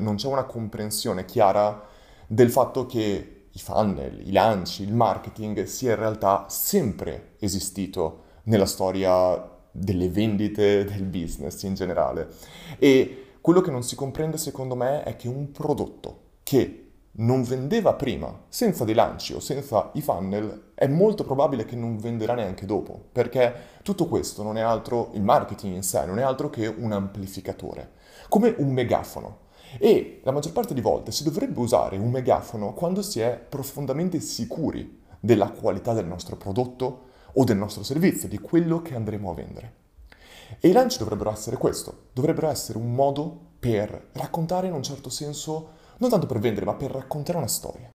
non c'è una comprensione chiara del fatto che i funnel, i lanci, il marketing sia in realtà sempre esistito nella storia delle vendite, del business in generale. E quello che non si comprende secondo me è che un prodotto che non vendeva prima, senza dei lanci o senza i funnel, è molto probabile che non venderà neanche dopo, perché tutto questo non è altro, il marketing in sé non è altro che un amplificatore, come un megafono. E la maggior parte di volte si dovrebbe usare un megafono quando si è profondamente sicuri della qualità del nostro prodotto o del nostro servizio, di quello che andremo a vendere. E i lanci dovrebbero essere questo, dovrebbero essere un modo per raccontare in un certo senso, non tanto per vendere, ma per raccontare una storia.